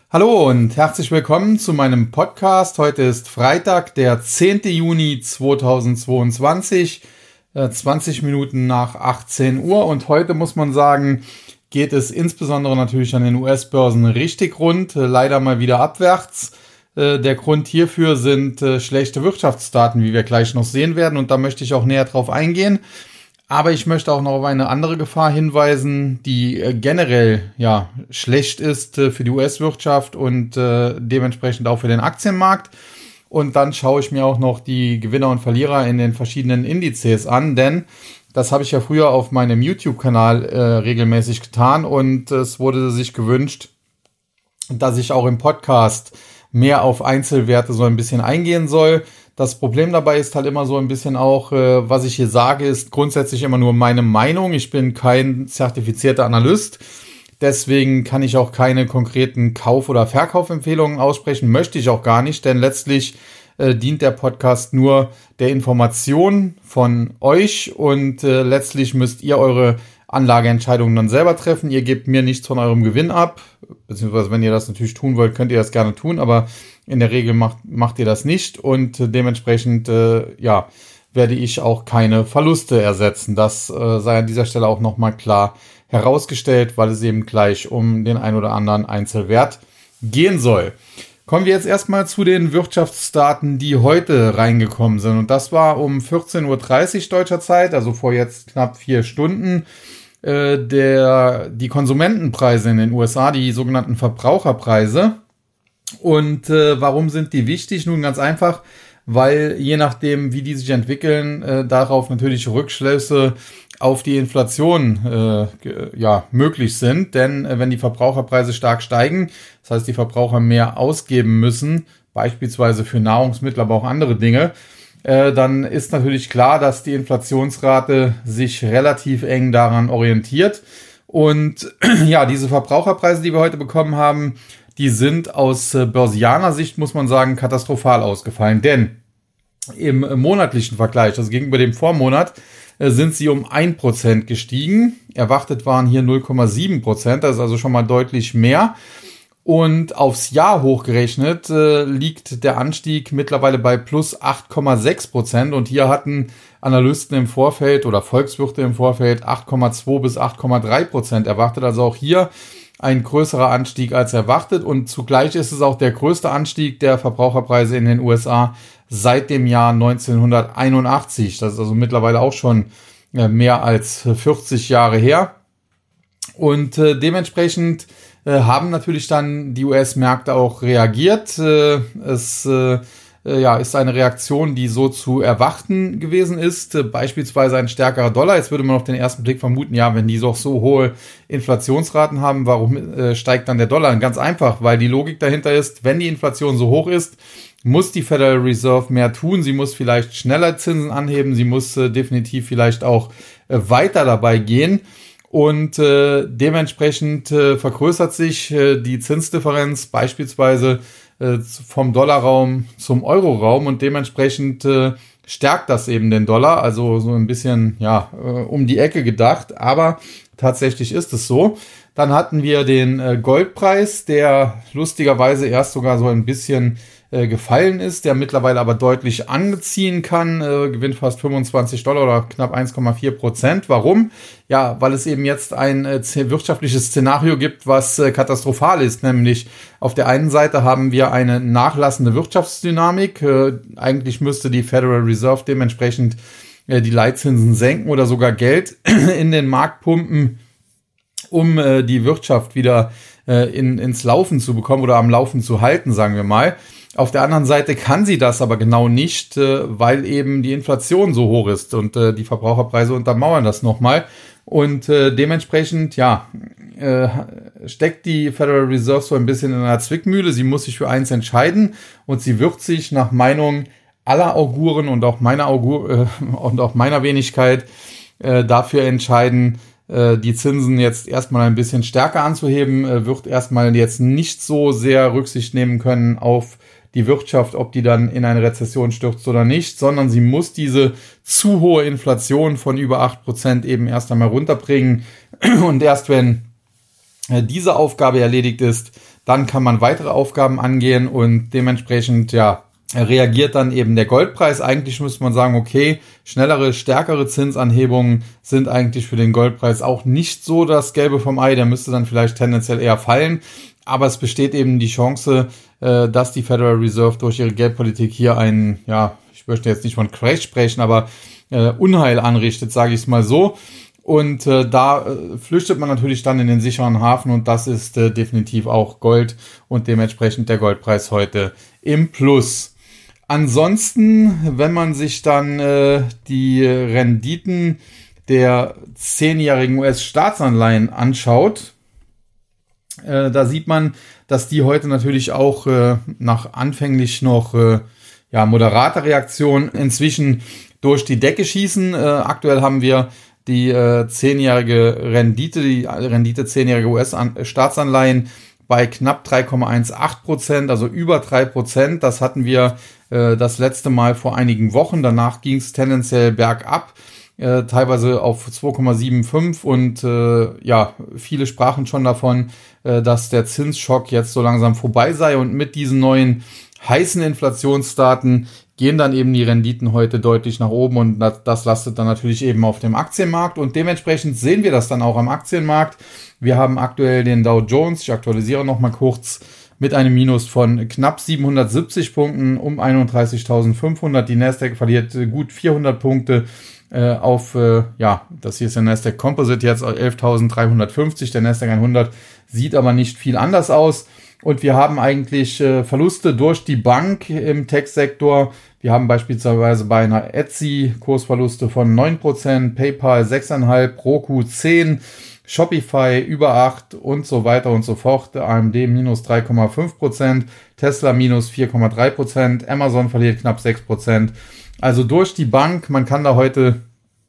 Hallo und herzlich willkommen zu meinem Podcast. Heute ist Freitag, der 10. Juni 2022, 20 Minuten nach 18 Uhr. Und heute muss man sagen, geht es insbesondere natürlich an den US-Börsen richtig rund, leider mal wieder abwärts. Der Grund hierfür sind schlechte Wirtschaftsdaten, wie wir gleich noch sehen werden. Und da möchte ich auch näher drauf eingehen. Aber ich möchte auch noch auf eine andere Gefahr hinweisen, die generell schlecht ist für die US-Wirtschaft und dementsprechend auch für den Aktienmarkt. Und dann schaue ich mir auch noch die Gewinner und Verlierer in den verschiedenen Indizes an, denn das habe ich ja früher auf meinem YouTube-Kanal regelmäßig getan und es wurde sich gewünscht, dass ich auch im Podcast mehr auf Einzelwerte so ein bisschen eingehen soll. Das Problem dabei ist halt immer so ein bisschen auch, was ich hier sage, ist grundsätzlich immer nur meine Meinung. Ich bin kein zertifizierter Analyst. Deswegen kann ich auch keine konkreten Kauf- oder Verkaufempfehlungen aussprechen. Möchte ich auch gar nicht, denn letztlich dient der Podcast nur der Information von euch und letztlich müsst ihr eure Anlageentscheidungen dann selber treffen. Ihr gebt mir nichts von eurem Gewinn ab, beziehungsweise wenn ihr das natürlich tun wollt, könnt ihr das gerne tun, aber in der Regel macht ihr das nicht und dementsprechend werde ich auch keine Verluste ersetzen. Das sei an dieser Stelle auch nochmal klar herausgestellt, weil es eben gleich um den ein oder anderen Einzelwert gehen soll. Kommen wir jetzt erstmal zu den Wirtschaftsdaten, die heute reingekommen sind. Und das war um 14:30 Uhr deutscher Zeit, also vor jetzt knapp 4 Stunden. Die Konsumentenpreise in den USA, die sogenannten Verbraucherpreise. Und warum sind die wichtig? Nun ganz einfach, weil je nachdem, wie die sich entwickeln, darauf natürlich Rückschlüsse auf die Inflation möglich sind. Denn wenn die Verbraucherpreise stark steigen, das heißt, die Verbraucher mehr ausgeben müssen, beispielsweise für Nahrungsmittel, aber auch andere Dinge, dann ist natürlich klar, dass die Inflationsrate sich relativ eng daran orientiert. Und diese Verbraucherpreise, die wir heute bekommen haben, die sind aus börsianer Sicht, muss man sagen, katastrophal ausgefallen. Denn im monatlichen Vergleich, also gegenüber dem Vormonat, sind sie um 1% gestiegen. Erwartet waren hier 0,7%, das ist also schon mal deutlich mehr. Und aufs Jahr hochgerechnet liegt der Anstieg mittlerweile bei plus 8,6%. Und hier hatten Analysten im Vorfeld oder Volkswirte im Vorfeld 8,2 bis 8,3% erwartet. Also auch hier ein größerer Anstieg als erwartet. Und zugleich ist es auch der größte Anstieg der Verbraucherpreise in den USA seit dem Jahr 1981. Das ist also mittlerweile auch schon mehr als 40 Jahre her. Und dementsprechend haben natürlich dann die US-Märkte auch reagiert. Es ist eine Reaktion, die so zu erwarten gewesen ist. Beispielsweise ein stärkerer Dollar. Jetzt würde man auf den ersten Blick vermuten, wenn die so hohe Inflationsraten haben, warum steigt dann der Dollar? Ganz einfach, weil die Logik dahinter ist, wenn die Inflation so hoch ist, muss die Federal Reserve mehr tun. Sie muss vielleicht schneller Zinsen anheben. Sie muss definitiv vielleicht auch weiter dabei gehen. Und dementsprechend vergrößert sich die Zinsdifferenz beispielsweise vom Dollarraum zum Euroraum und dementsprechend stärkt das eben den Dollar, also so ein bisschen um die Ecke gedacht, aber tatsächlich ist es so. Dann hatten wir den Goldpreis, der lustigerweise erst sogar so ein bisschen gefallen ist, der mittlerweile aber deutlich anziehen kann, gewinnt fast $25 oder knapp 1,4%. Warum? Ja, weil es eben jetzt ein wirtschaftliches Szenario gibt, was katastrophal ist, nämlich auf der einen Seite haben wir eine nachlassende Wirtschaftsdynamik. Eigentlich müsste die Federal Reserve dementsprechend die Leitzinsen senken oder sogar Geld in den Markt pumpen, um die Wirtschaft wieder ins Laufen zu bekommen oder am Laufen zu halten, sagen wir mal. Auf der anderen Seite kann sie das aber genau nicht, weil eben die Inflation so hoch ist und die Verbraucherpreise untermauern das nochmal. Und dementsprechend, steckt die Federal Reserve so ein bisschen in einer Zwickmühle. Sie muss sich für eins entscheiden und sie wird sich nach Meinung aller Auguren und auch meiner Wenigkeit dafür entscheiden, die Zinsen jetzt erstmal ein bisschen stärker anzuheben, wird erstmal jetzt nicht so sehr Rücksicht nehmen können auf die Wirtschaft, ob die dann in eine Rezession stürzt oder nicht, sondern sie muss diese zu hohe Inflation von über 8% eben erst einmal runterbringen. Und erst wenn diese Aufgabe erledigt ist, dann kann man weitere Aufgaben angehen und dementsprechend, ja, reagiert dann eben der Goldpreis. Eigentlich müsste man sagen, okay, schnellere, stärkere Zinsanhebungen sind eigentlich für den Goldpreis auch nicht so das Gelbe vom Ei. Der müsste dann vielleicht tendenziell eher fallen. Aber es besteht eben die Chance, dass die Federal Reserve durch ihre Geldpolitik hier einen, ja, ich möchte jetzt nicht von Crash sprechen, aber Unheil anrichtet, sage ich es mal so. Und da flüchtet man natürlich dann in den sicheren Hafen und das ist definitiv auch Gold und dementsprechend der Goldpreis heute im Plus. Ansonsten, wenn man sich dann die Renditen der 10-jährigen US-Staatsanleihen anschaut, da sieht man, dass die heute natürlich auch nach anfänglich noch moderater Reaktion inzwischen durch die Decke schießen. Aktuell haben wir die 10-jährige Rendite, die Rendite 10-jährige US-Staatsanleihen bei knapp 3,18%, also über 3%. Das hatten wir das letzte Mal vor einigen Wochen. Danach ging es tendenziell bergab, teilweise auf 2,75 und viele sprachen schon davon, dass der Zinsschock jetzt so langsam vorbei sei und mit diesen neuen heißen Inflationsdaten gehen dann eben die Renditen heute deutlich nach oben und das lastet dann natürlich eben auf dem Aktienmarkt und dementsprechend sehen wir das dann auch am Aktienmarkt. Wir haben aktuell den Dow Jones, ich aktualisiere nochmal kurz, mit einem Minus von knapp 770 Punkten um 31.500. Die Nasdaq verliert gut 400 Punkte auf, das hier ist der Nasdaq Composite jetzt 11.350. Der Nasdaq 100 sieht aber nicht viel anders aus. Und wir haben eigentlich Verluste durch die Bank im Tech-Sektor. Wir haben beispielsweise bei einer Etsy Kursverluste von 9%, PayPal 6,5%, Roku 10%, Shopify über 8% und so weiter und so fort. AMD minus 3,5%, Tesla minus 4,3%, Amazon verliert knapp 6%. Also durch die Bank, man kann da heute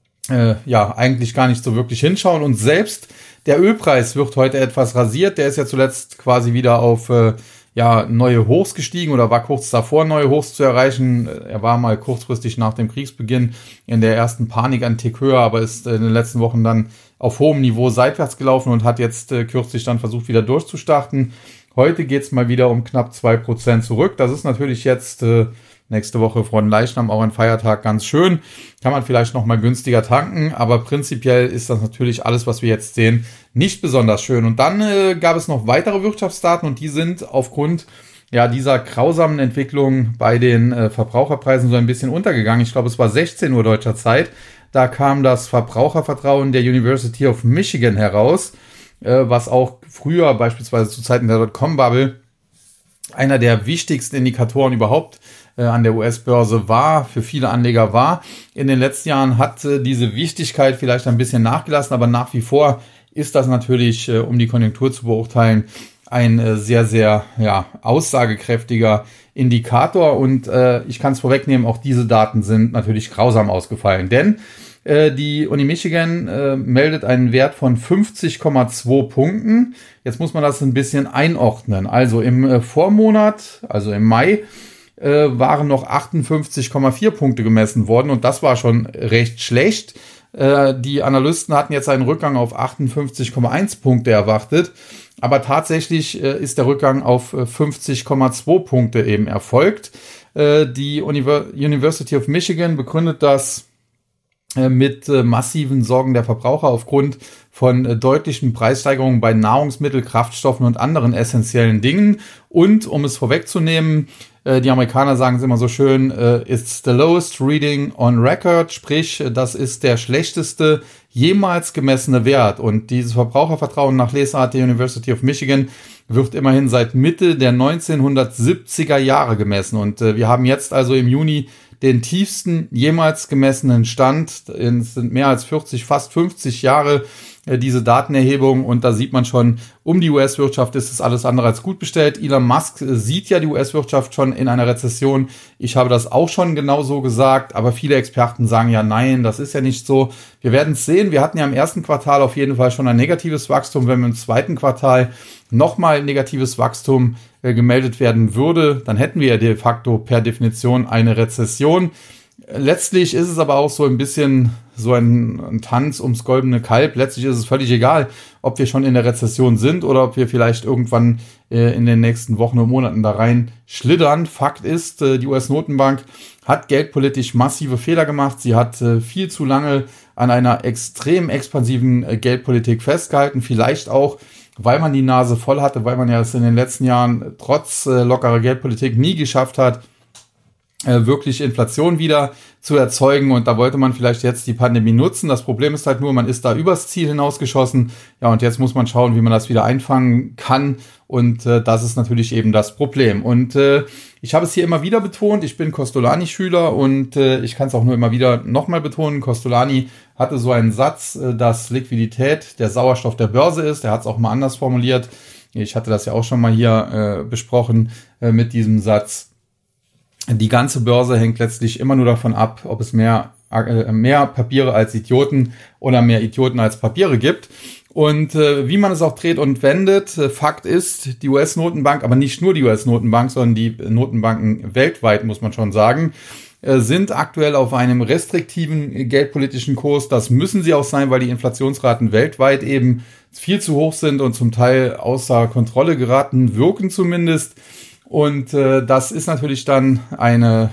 eigentlich gar nicht so wirklich hinschauen und selbst der Ölpreis wird heute etwas rasiert. Der ist ja zuletzt quasi wieder auf neue Hochs gestiegen oder war kurz davor, neue Hochs zu erreichen. Er war mal kurzfristig nach dem Kriegsbeginn in der ersten Panik ein Tick höher, aber ist in den letzten Wochen dann auf hohem Niveau seitwärts gelaufen und hat jetzt kürzlich dann versucht, wieder durchzustarten. Heute geht's mal wieder um knapp 2% zurück. Das ist natürlich jetzt nächste Woche Fronleichnam, auch ein Feiertag, ganz schön. Kann man vielleicht noch mal günstiger tanken, aber prinzipiell ist das natürlich alles, was wir jetzt sehen, nicht besonders schön. Und dann gab es noch weitere Wirtschaftsdaten und die sind aufgrund dieser grausamen Entwicklung bei den Verbraucherpreisen so ein bisschen untergegangen. Ich glaube, es war 16 Uhr deutscher Zeit. Da kam das Verbrauchervertrauen der University of Michigan heraus, was auch früher beispielsweise zu Zeiten der Dotcom-Bubble einer der wichtigsten Indikatoren überhaupt an der US-Börse war, für viele Anleger war. In den letzten Jahren hat diese Wichtigkeit vielleicht ein bisschen nachgelassen, aber nach wie vor ist das natürlich, um die Konjunktur zu beurteilen, ein sehr, sehr aussagekräftiger Indikator. Und ich kann es vorwegnehmen, auch diese Daten sind natürlich grausam ausgefallen. Denn die Uni Michigan meldet einen Wert von 50,2 Punkten. Jetzt muss man das ein bisschen einordnen. Also im Vormonat, also im Mai, waren noch 58,4 Punkte gemessen worden und das war schon recht schlecht. Die Analysten hatten jetzt einen Rückgang auf 58,1 Punkte erwartet, aber tatsächlich ist der Rückgang auf 50,2 Punkte eben erfolgt. Die University of Michigan begründet das mit massiven Sorgen der Verbraucher aufgrund von deutlichen Preissteigerungen bei Nahrungsmitteln, Kraftstoffen und anderen essentiellen Dingen. Und um es vorwegzunehmen, die Amerikaner sagen es immer so schön, it's the lowest reading on record, sprich, das ist der schlechteste jemals gemessene Wert. Und dieses Verbrauchervertrauen nach Lesart der University of Michigan wird immerhin seit Mitte der 1970er Jahre gemessen. Und wir haben jetzt also im Juni den tiefsten jemals gemessenen Stand. Es sind mehr als 40, fast 50 Jahre diese Datenerhebung und da sieht man schon, um die US-Wirtschaft ist es alles andere als gut bestellt. Elon Musk sieht ja die US-Wirtschaft schon in einer Rezession. Ich habe das auch schon genauso gesagt, aber viele Experten sagen ja, nein, das ist ja nicht so. Wir werden es sehen. Wir hatten ja im ersten Quartal auf jeden Fall schon ein negatives Wachstum. Wenn wir im zweiten Quartal nochmal negatives Wachstum gemeldet werden würde, dann hätten wir ja de facto per Definition eine Rezession. Letztlich ist es aber auch so ein bisschen so ein Tanz ums goldene Kalb. Letztlich ist es völlig egal, ob wir schon in der Rezession sind oder ob wir vielleicht irgendwann in den nächsten Wochen und Monaten da rein schlittern. Fakt ist, die US-Notenbank hat geldpolitisch massive Fehler gemacht. Sie hat viel zu lange an einer extrem expansiven Geldpolitik festgehalten. Vielleicht auch, weil man die Nase voll hatte, weil man ja es in den letzten Jahren trotz lockerer Geldpolitik nie geschafft hat, wirklich Inflation wieder zu erzeugen, und da wollte man vielleicht jetzt die Pandemie nutzen. Das Problem ist halt nur, man ist da übers Ziel hinausgeschossen. Ja, und jetzt muss man schauen, wie man das wieder einfangen kann, und das ist natürlich eben das Problem. Und ich habe es hier immer wieder betont, ich bin Kostolany-Schüler, und ich kann es auch nur immer wieder nochmal betonen. Kostolany hatte so einen Satz, dass Liquidität der Sauerstoff der Börse ist. Er hat es auch mal anders formuliert. Ich hatte das ja auch schon mal hier besprochen mit diesem Satz. Die ganze Börse hängt letztlich immer nur davon ab, ob es mehr Papiere als Idioten oder mehr Idioten als Papiere gibt. Und wie man es auch dreht und wendet, Fakt ist, die US-Notenbank, aber nicht nur die US-Notenbank, sondern die Notenbanken weltweit, muss man schon sagen, sind aktuell auf einem restriktiven geldpolitischen Kurs. Das müssen sie auch sein, weil die Inflationsraten weltweit eben viel zu hoch sind und zum Teil außer Kontrolle geraten, wirken zumindest. Und das ist natürlich dann ein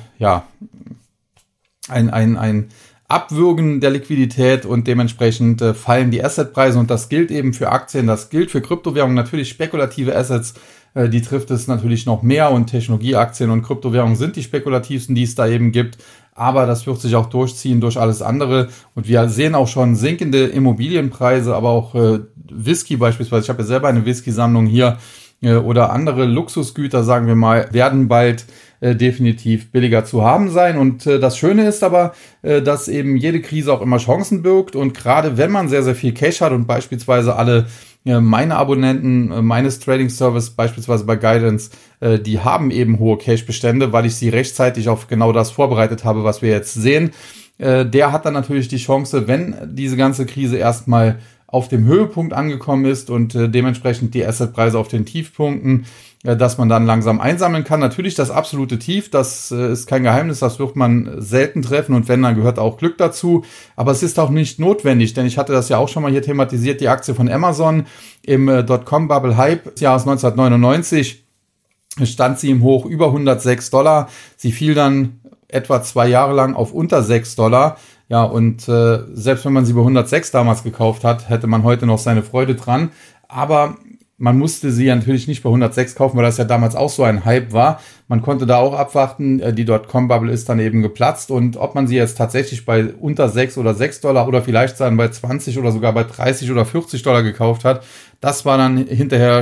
Abwürgen der Liquidität, und dementsprechend fallen die Assetpreise, und das gilt eben für Aktien, das gilt für Kryptowährungen, natürlich spekulative Assets, die trifft es natürlich noch mehr, und Technologieaktien und Kryptowährungen sind die spekulativsten, die es da eben gibt, aber das wird sich auch durchziehen durch alles andere, und wir sehen auch schon sinkende Immobilienpreise, aber auch Whisky beispielsweise. Ich habe ja selber eine Whisky-Sammlung hier, oder andere Luxusgüter, sagen wir mal, werden bald definitiv billiger zu haben sein. Und das Schöne ist aber, dass eben jede Krise auch immer Chancen birgt. Und gerade wenn man sehr, sehr viel Cash hat, und beispielsweise alle meine Abonnenten meines Trading Service, beispielsweise bei Guidance, die haben eben hohe Cash-Bestände, weil ich sie rechtzeitig auf genau das vorbereitet habe, was wir jetzt sehen. Der hat dann natürlich die Chance, wenn diese ganze Krise erstmal auf dem Höhepunkt angekommen ist und dementsprechend die Assetpreise auf den Tiefpunkten, dass man dann langsam einsammeln kann. Natürlich das absolute Tief, das ist kein Geheimnis, das wird man selten treffen, und wenn, dann gehört auch Glück dazu. Aber es ist auch nicht notwendig, denn ich hatte das ja auch schon mal hier thematisiert, die Aktie von Amazon im Dotcom-Bubble-Hype des Jahres 1999 stand sie im Hoch über $106. Sie fiel dann etwa 2 Jahre lang auf unter $6. Ja, und selbst wenn man sie bei 106 damals gekauft hat, hätte man heute noch seine Freude dran. Aber man musste sie natürlich nicht bei 106 kaufen, weil das ja damals auch so ein Hype war. Man konnte da auch abwarten. Die Dotcom-Bubble ist dann eben geplatzt. Und ob man sie jetzt tatsächlich bei unter 6 oder $6 oder vielleicht dann bei 20 oder sogar bei 30 oder $40 gekauft hat, das war dann hinterher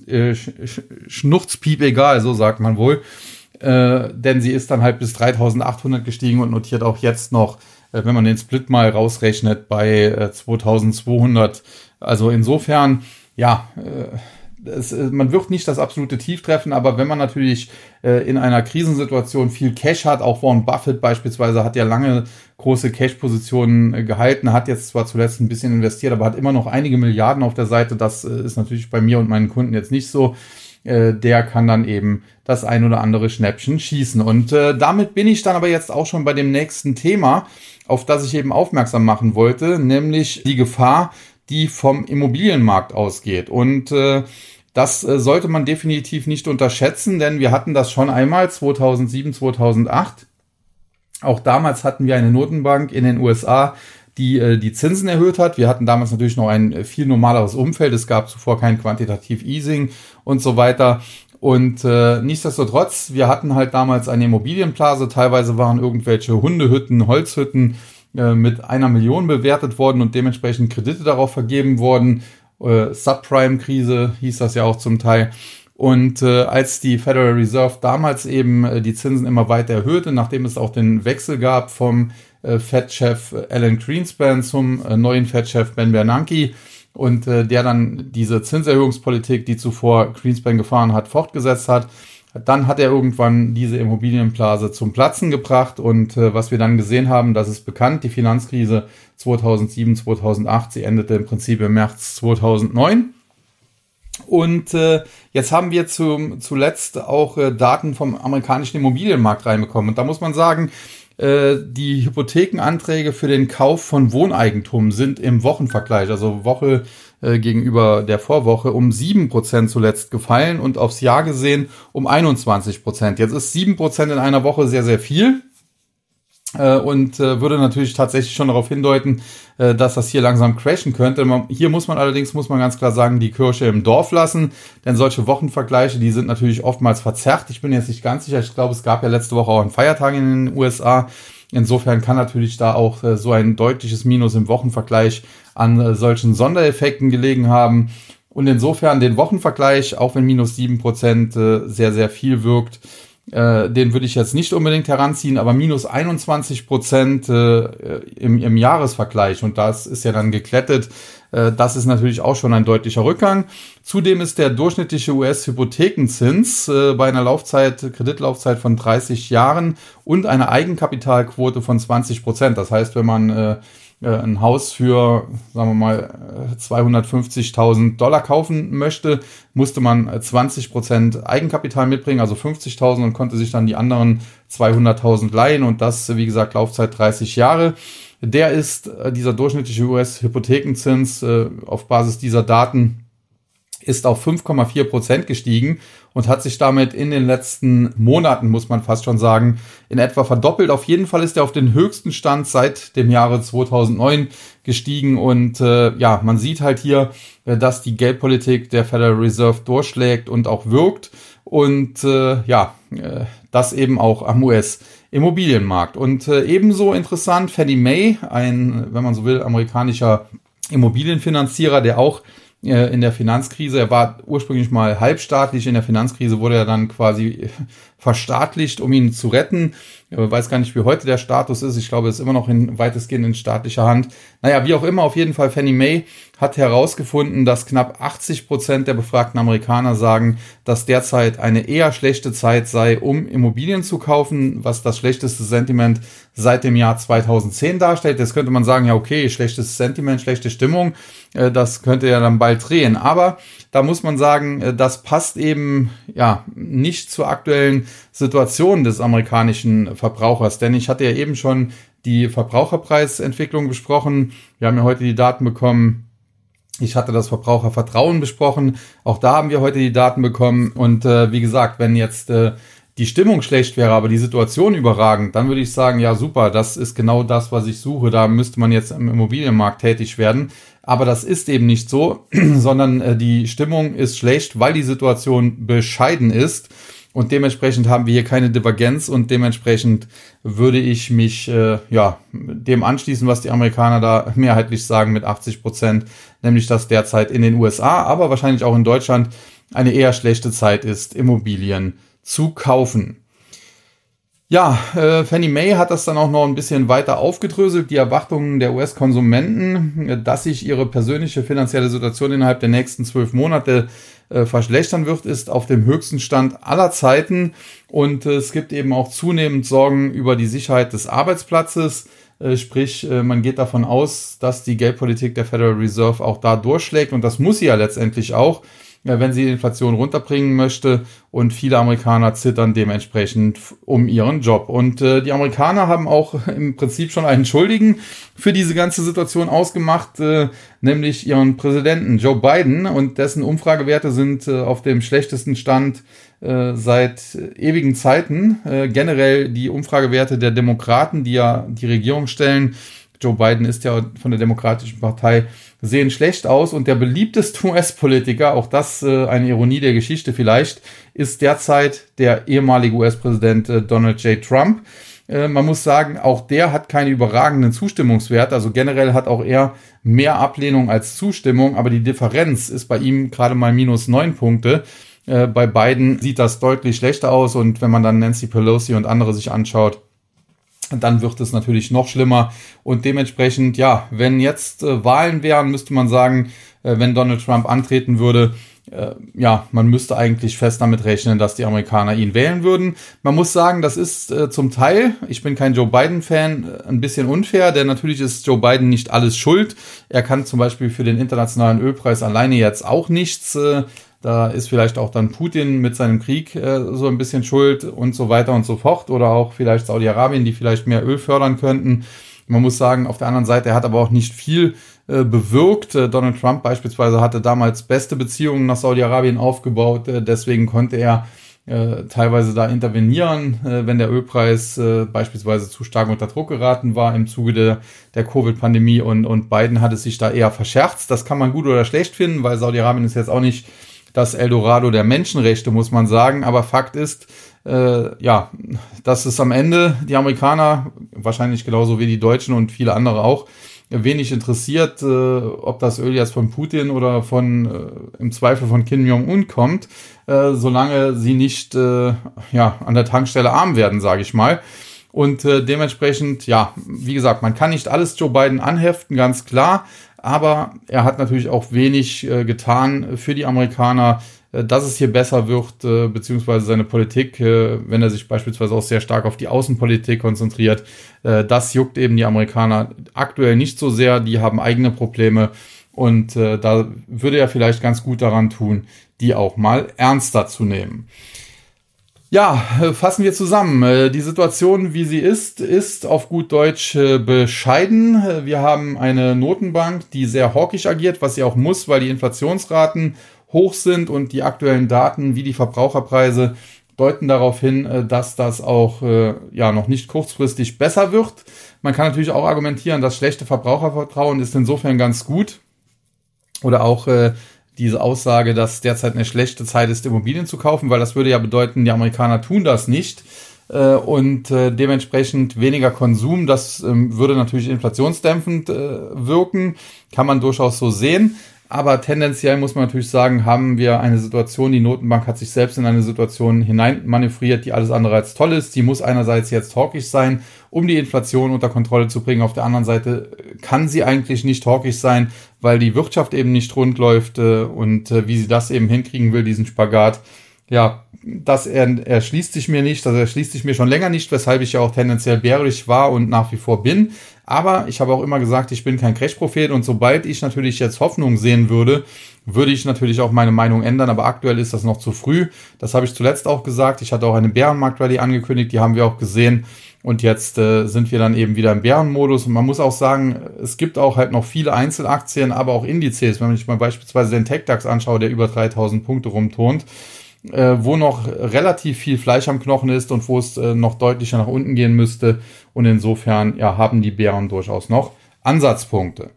schnurzpiep egal, so sagt man wohl. Denn sie ist dann halt bis 3.800 gestiegen und notiert auch jetzt noch, wenn man den Split mal rausrechnet, bei 2.200. Also insofern, ja, man wird nicht das absolute Tief treffen, aber wenn man natürlich in einer Krisensituation viel Cash hat, auch Warren Buffett beispielsweise hat ja lange große Cash-Positionen gehalten, hat jetzt zwar zuletzt ein bisschen investiert, aber hat immer noch einige Milliarden auf der Seite. Das ist natürlich bei mir und meinen Kunden jetzt nicht so. Der kann dann eben das ein oder andere Schnäppchen schießen. Und damit bin ich dann aber jetzt auch schon bei dem nächsten Thema, auf das ich eben aufmerksam machen wollte, nämlich die Gefahr, die vom Immobilienmarkt ausgeht. Und das sollte man definitiv nicht unterschätzen, denn wir hatten das schon einmal 2007, 2008. Auch damals hatten wir eine Notenbank in den USA, die Zinsen erhöht hat. Wir hatten damals natürlich noch ein viel normaleres Umfeld. Es gab zuvor kein Quantitative Easing und so weiter. Und nichtsdestotrotz, wir hatten halt damals eine Immobilienblase. Teilweise waren irgendwelche Hundehütten, Holzhütten mit 1 Million bewertet worden und dementsprechend Kredite darauf vergeben worden. Subprime-Krise hieß das ja auch zum Teil. Und als die Federal Reserve damals eben die Zinsen immer weiter erhöhte, nachdem es auch den Wechsel gab vom Fed-Chef Alan Greenspan zum neuen Fed-Chef Ben Bernanke und der dann diese Zinserhöhungspolitik, die zuvor Greenspan gefahren hat, fortgesetzt hat, dann hat er irgendwann diese Immobilienblase zum Platzen gebracht und was wir dann gesehen haben, das ist bekannt, die Finanzkrise 2007, 2008, sie endete im Prinzip im März 2009. Und jetzt haben wir zuletzt auch Daten vom amerikanischen Immobilienmarkt reinbekommen. Und da muss man sagen, Die Hypothekenanträge für den Kauf von Wohneigentum sind im Wochenvergleich, also Woche gegenüber der Vorwoche, um 7% zuletzt gefallen und aufs Jahr gesehen um 21%. Jetzt ist 7% in einer Woche sehr, sehr viel. Und würde natürlich tatsächlich schon darauf hindeuten, dass das hier langsam crashen könnte. Hier muss man ganz klar sagen, die Kirche im Dorf lassen, denn solche Wochenvergleiche, die sind natürlich oftmals verzerrt. Ich bin jetzt nicht ganz sicher, ich glaube, es gab ja letzte Woche auch einen Feiertag in den USA. Insofern kann natürlich da auch so ein deutliches Minus im Wochenvergleich an solchen Sondereffekten gelegen haben. Und insofern den Wochenvergleich, auch wenn minus 7% sehr, sehr viel wirkt, den würde ich jetzt nicht unbedingt heranziehen, aber minus 21% im Jahresvergleich, und das ist ja dann geklettet, das ist natürlich auch schon ein deutlicher Rückgang. Zudem ist der durchschnittliche US-Hypothekenzins bei einer Kreditlaufzeit von 30 Jahren und einer Eigenkapitalquote von 20%. Das heißt, wenn man ein Haus für, sagen wir mal, $250.000 kaufen möchte, musste man 20% Eigenkapital mitbringen, also 50.000, und konnte sich dann die anderen 200.000 leihen, und das, wie gesagt, Laufzeit 30 Jahre. Dieser durchschnittliche US-Hypothekenzins auf Basis dieser Daten ist auf 5,4% gestiegen und hat sich damit in den letzten Monaten, muss man fast schon sagen, in etwa verdoppelt. Auf jeden Fall ist er auf den höchsten Stand seit dem Jahre 2009 gestiegen, und man sieht halt hier, dass die Geldpolitik der Federal Reserve durchschlägt und auch wirkt, und das eben auch am US-Immobilienmarkt. Und ebenso interessant, Fannie Mae, ein, wenn man so will, amerikanischer Immobilienfinanzierer, der auch in der Finanzkrise, er war ursprünglich mal halbstaatlich, in der Finanzkrise wurde er dann quasi verstaatlicht, um ihn zu retten. Ich weiß gar nicht, wie heute der Status ist. Ich glaube, es ist immer noch weitestgehend in staatlicher Hand. Naja, wie auch immer, auf jeden Fall, Fannie Mae hat herausgefunden, dass knapp 80% der befragten Amerikaner sagen, dass derzeit eine eher schlechte Zeit sei, um Immobilien zu kaufen, was das schlechteste Sentiment seit dem Jahr 2010 darstellt. Jetzt könnte man sagen, ja okay, schlechtes Sentiment, schlechte Stimmung, das könnte ja dann bald drehen. Aber da muss man sagen, das passt eben nicht zur aktuellen Situation des amerikanischen Verbrauchers. Denn ich hatte ja eben schon die Verbraucherpreisentwicklung besprochen. Wir haben ja heute die Daten bekommen. Ich hatte das Verbrauchervertrauen besprochen. Auch da haben wir heute die Daten bekommen. Und wie gesagt, wenn jetzt die Stimmung schlecht wäre, aber die Situation überragend, dann würde ich sagen, ja super, das ist genau das, was ich suche. Da müsste man jetzt im Immobilienmarkt tätig werden. Aber das ist eben nicht so, sondern die Stimmung ist schlecht, weil die Situation bescheiden ist. Und dementsprechend haben wir hier keine Divergenz, und dementsprechend würde ich mich dem anschließen, was die Amerikaner da mehrheitlich sagen mit 80%, nämlich dass derzeit in den USA, aber wahrscheinlich auch in Deutschland eine eher schlechte Zeit ist, Immobilien zu kaufen. Ja, Fannie Mae hat das dann auch noch ein bisschen weiter aufgedröselt, die Erwartungen der US-Konsumenten, dass sich ihre persönliche finanzielle Situation innerhalb der nächsten 12 Monate verschlechtern wird, ist auf dem höchsten Stand aller Zeiten, und es gibt eben auch zunehmend Sorgen über die Sicherheit des Arbeitsplatzes, sprich man geht davon aus, dass die Geldpolitik der Federal Reserve auch da durchschlägt, und das muss sie ja letztendlich auch, wenn sie die Inflation runterbringen möchte, und viele Amerikaner zittern dementsprechend um ihren Job. Und die Amerikaner haben auch im Prinzip schon einen Schuldigen für diese ganze Situation ausgemacht, nämlich ihren Präsidenten Joe Biden, und dessen Umfragewerte sind auf dem schlechtesten Stand seit ewigen Zeiten. Generell die Umfragewerte der Demokraten, die ja die Regierung stellen, Joe Biden ist ja von der Demokratischen Partei, sehen schlecht aus, und der beliebteste US-Politiker, auch das eine Ironie der Geschichte vielleicht, ist derzeit der ehemalige US-Präsident Donald J. Trump. Man muss sagen, auch der hat keine überragenden Zustimmungswerte, also generell hat auch er mehr Ablehnung als Zustimmung, aber die Differenz ist bei ihm gerade mal minus 9 Punkte. Bei Biden sieht das deutlich schlechter aus, und wenn man dann Nancy Pelosi und andere sich anschaut, dann wird es natürlich noch schlimmer, und dementsprechend, wenn jetzt Wahlen wären, müsste man sagen, wenn Donald Trump antreten würde, man müsste eigentlich fest damit rechnen, dass die Amerikaner ihn wählen würden. Man muss sagen, das ist zum Teil, ich bin kein Joe Biden-Fan, ein bisschen unfair, denn natürlich ist Joe Biden nicht alles schuld. Er kann zum Beispiel für den internationalen Ölpreis alleine jetzt auch nichts, Da ist vielleicht auch dann Putin mit seinem Krieg so ein bisschen schuld und so weiter und so fort. Oder auch vielleicht Saudi-Arabien, die vielleicht mehr Öl fördern könnten. Man muss sagen, auf der anderen Seite, er hat aber auch nicht viel bewirkt. Donald Trump beispielsweise hatte damals beste Beziehungen nach Saudi-Arabien aufgebaut. Deswegen konnte er teilweise da intervenieren, wenn der Ölpreis beispielsweise zu stark unter Druck geraten war im Zuge der Covid-Pandemie. Und Biden hat es sich da eher verscherzt. Das kann man gut oder schlecht finden, weil Saudi-Arabien ist jetzt auch nicht das Eldorado der Menschenrechte, muss man sagen. Aber Fakt ist, dass es am Ende die Amerikaner, wahrscheinlich genauso wie die Deutschen und viele andere auch, wenig interessiert, ob das Öl jetzt von Putin oder im Zweifel von Kim Jong-un kommt, solange sie nicht an der Tankstelle arm werden, sage ich mal. Und dementsprechend, wie gesagt, man kann nicht alles Joe Biden anheften, ganz klar, aber er hat natürlich auch wenig getan für die Amerikaner, dass es hier besser wird, beziehungsweise seine Politik, wenn er sich beispielsweise auch sehr stark auf die Außenpolitik konzentriert, das juckt eben die Amerikaner aktuell nicht so sehr, die haben eigene Probleme und da würde er vielleicht ganz gut daran tun, die auch mal ernster zu nehmen. Ja, fassen wir zusammen. Die Situation, wie sie ist auf gut Deutsch bescheiden. Wir haben eine Notenbank, die sehr hawkisch agiert, was sie auch muss, weil die Inflationsraten hoch sind und die aktuellen Daten wie die Verbraucherpreise deuten darauf hin, dass das auch noch nicht kurzfristig besser wird. Man kann natürlich auch argumentieren, das schlechte Verbrauchervertrauen ist insofern ganz gut. Oder auch diese Aussage, dass derzeit eine schlechte Zeit ist, Immobilien zu kaufen, weil das würde ja bedeuten, die Amerikaner tun das nicht. Und dementsprechend weniger Konsum, das würde natürlich inflationsdämpfend wirken, kann man durchaus so sehen. Aber tendenziell muss man natürlich sagen, haben wir eine Situation, die Notenbank hat sich selbst in eine Situation hineinmanövriert, die alles andere als toll ist. Die muss einerseits jetzt hawkisch sein, um die Inflation unter Kontrolle zu bringen. Auf der anderen Seite kann sie eigentlich nicht hawkisch sein, weil die Wirtschaft eben nicht rund läuft und wie sie das eben hinkriegen will, diesen Spagat. Ja, das erschließt sich mir nicht, also erschließt sich mir schon länger nicht, weshalb ich ja auch tendenziell bärisch war und nach wie vor bin. Aber ich habe auch immer gesagt, ich bin kein Crash-Prophet und sobald ich natürlich jetzt Hoffnung sehen würde, würde ich natürlich auch meine Meinung ändern, aber aktuell ist das noch zu früh. Das habe ich zuletzt auch gesagt. Ich hatte auch eine Bärenmarkt-Rallye angekündigt, die haben wir auch gesehen und jetzt sind wir dann eben wieder im Bärenmodus und man muss auch sagen, es gibt auch halt noch viele Einzelaktien, aber auch Indizes, wenn man sich mal beispielsweise den TechDAX anschaut, der über 3000 Punkte rumturnt, wo noch relativ viel Fleisch am Knochen ist und wo es noch deutlicher nach unten gehen müsste. Und insofern haben die Bären durchaus noch Ansatzpunkte.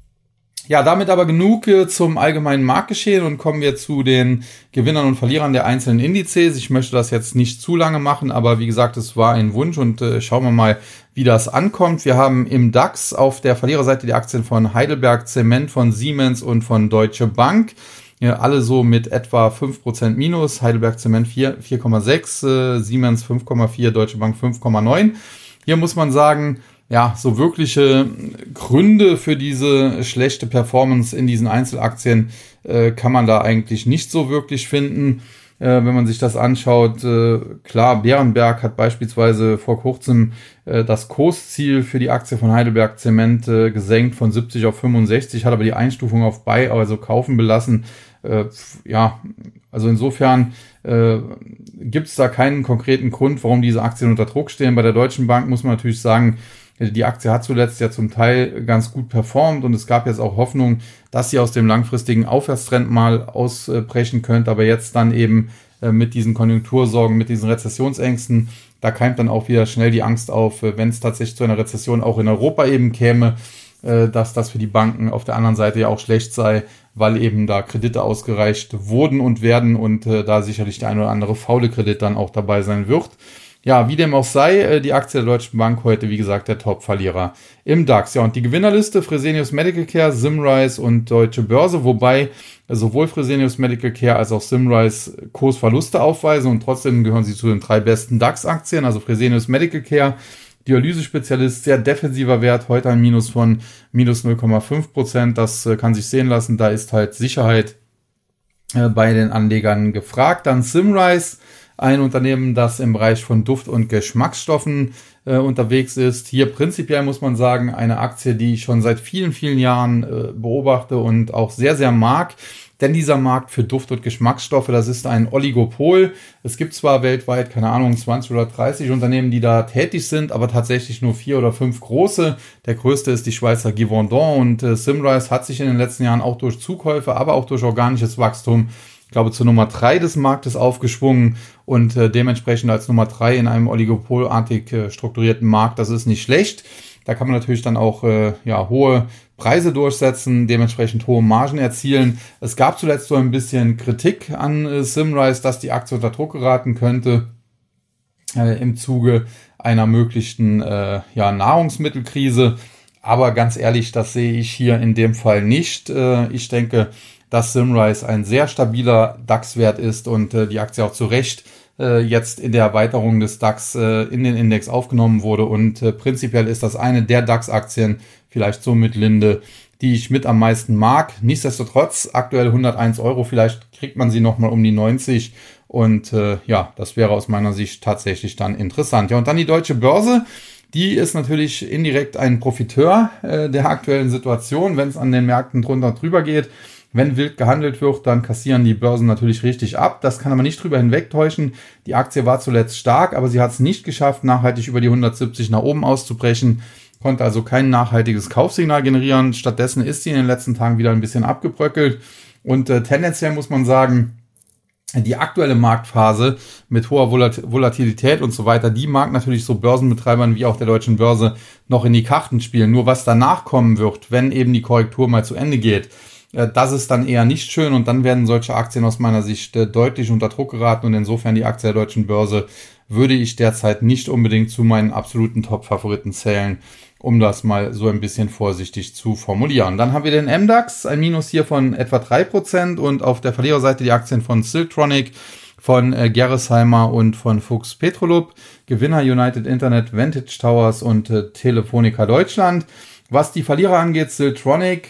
Ja, damit aber genug zum allgemeinen Marktgeschehen und kommen wir zu den Gewinnern und Verlierern der einzelnen Indizes. Ich möchte das jetzt nicht zu lange machen, aber wie gesagt, es war ein Wunsch und schauen wir mal, wie das ankommt. Wir haben im DAX auf der Verliererseite die Aktien von Heidelberg Zement, von Siemens und von Deutsche Bank. Ja, alle so mit etwa 5% Minus. Heidelberg Zement 4,6, Siemens 5,4, Deutsche Bank 5,9. Hier muss man sagen, ja, so wirkliche Gründe für diese schlechte Performance in diesen Einzelaktien kann man da eigentlich nicht so wirklich finden. Wenn man sich das anschaut, klar, Bärenberg hat beispielsweise vor kurzem das Kursziel für die Aktie von Heidelberg Zement gesenkt von 70 auf 65, hat aber die Einstufung auf Buy, also kaufen belassen. Also insofern gibt es da keinen konkreten Grund, warum diese Aktien unter Druck stehen. Bei der Deutschen Bank muss man natürlich sagen, die Aktie hat zuletzt ja zum Teil ganz gut performt und es gab jetzt auch Hoffnung, dass sie aus dem langfristigen Aufwärtstrend mal ausbrechen könnte, aber jetzt dann eben mit diesen Konjunktursorgen, mit diesen Rezessionsängsten, da keimt dann auch wieder schnell die Angst auf, wenn es tatsächlich zu einer Rezession auch in Europa eben käme, dass das für die Banken auf der anderen Seite ja auch schlecht sei, weil eben da Kredite ausgereicht wurden und werden und da sicherlich der ein oder andere faule Kredit dann auch dabei sein wird. Ja, wie dem auch sei, die Aktie der Deutschen Bank heute, wie gesagt, der Top-Verlierer im DAX. Ja, und die Gewinnerliste, Fresenius Medical Care, Symrise und Deutsche Börse, wobei sowohl Fresenius Medical Care als auch Symrise Kursverluste aufweisen und trotzdem gehören sie zu den 3 besten DAX-Aktien, also Fresenius Medical Care, Dialysespezialist, sehr defensiver Wert, heute ein Minus von minus 0,5%, das kann sich sehen lassen, da ist halt Sicherheit bei den Anlegern gefragt. Dann Symrise, ein Unternehmen, das im Bereich von Duft- und Geschmacksstoffen unterwegs ist. Hier prinzipiell muss man sagen, eine Aktie, die ich schon seit vielen, vielen Jahren beobachte und auch sehr, sehr mag. Denn dieser Markt für Duft- und Geschmacksstoffe, das ist ein Oligopol. Es gibt zwar weltweit, keine Ahnung, 20 oder 30 Unternehmen, die da tätig sind, aber tatsächlich nur 4 oder 5 große. Der größte ist die Schweizer Givaudan und Symrise hat sich in den letzten Jahren auch durch Zukäufe, aber auch durch organisches Wachstum, ich glaube, zur Nummer 3 des Marktes aufgeschwungen und dementsprechend als Nummer 3 in einem oligopolartig strukturierten Markt. Das ist nicht schlecht. Da kann man natürlich dann auch hohe Preise durchsetzen, dementsprechend hohe Margen erzielen. Es gab zuletzt so ein bisschen Kritik an Symrise, dass die Aktie unter Druck geraten könnte im Zuge einer möglichen Nahrungsmittelkrise. Aber ganz ehrlich, das sehe ich hier in dem Fall nicht. Ich denke, dass Symrise ein sehr stabiler DAX-Wert ist und die Aktie auch zu Recht jetzt in der Erweiterung des DAX in den Index aufgenommen wurde. Und prinzipiell ist das eine der DAX-Aktien, vielleicht so mit Linde, die ich mit am meisten mag. Nichtsdestotrotz, aktuell 101 Euro, vielleicht kriegt man sie nochmal um die 90. Und das wäre aus meiner Sicht tatsächlich dann interessant. Ja, und dann die Deutsche Börse. Die ist natürlich indirekt ein Profiteur der aktuellen Situation, wenn es an den Märkten drunter und drüber geht. Wenn wild gehandelt wird, dann kassieren die Börsen natürlich richtig ab. Das kann aber nicht drüber hinwegtäuschen. Die Aktie war zuletzt stark, aber sie hat es nicht geschafft, nachhaltig über die 170 nach oben auszubrechen. Konnte also kein nachhaltiges Kaufsignal generieren. Stattdessen ist sie in den letzten Tagen wieder ein bisschen abgebröckelt. Und tendenziell muss man sagen, die aktuelle Marktphase mit hoher Volatilität und so weiter, die mag natürlich so Börsenbetreibern wie auch der Deutschen Börse noch in die Karten spielen. Nur was danach kommen wird, wenn eben die Korrektur mal zu Ende geht, das ist dann eher nicht schön und dann werden solche Aktien aus meiner Sicht deutlich unter Druck geraten und insofern die Aktie der Deutschen Börse würde ich derzeit nicht unbedingt zu meinen absoluten Top-Favoriten zählen, um das mal so ein bisschen vorsichtig zu formulieren. Dann haben wir den MDAX, ein Minus hier von etwa 3% und auf der Verliererseite die Aktien von Siltronic, von Gerresheimer und von Fuchs Petrolub, Gewinner United Internet, Vantage Towers und Telefonica Deutschland. Was die Verlierer angeht, Siltronic,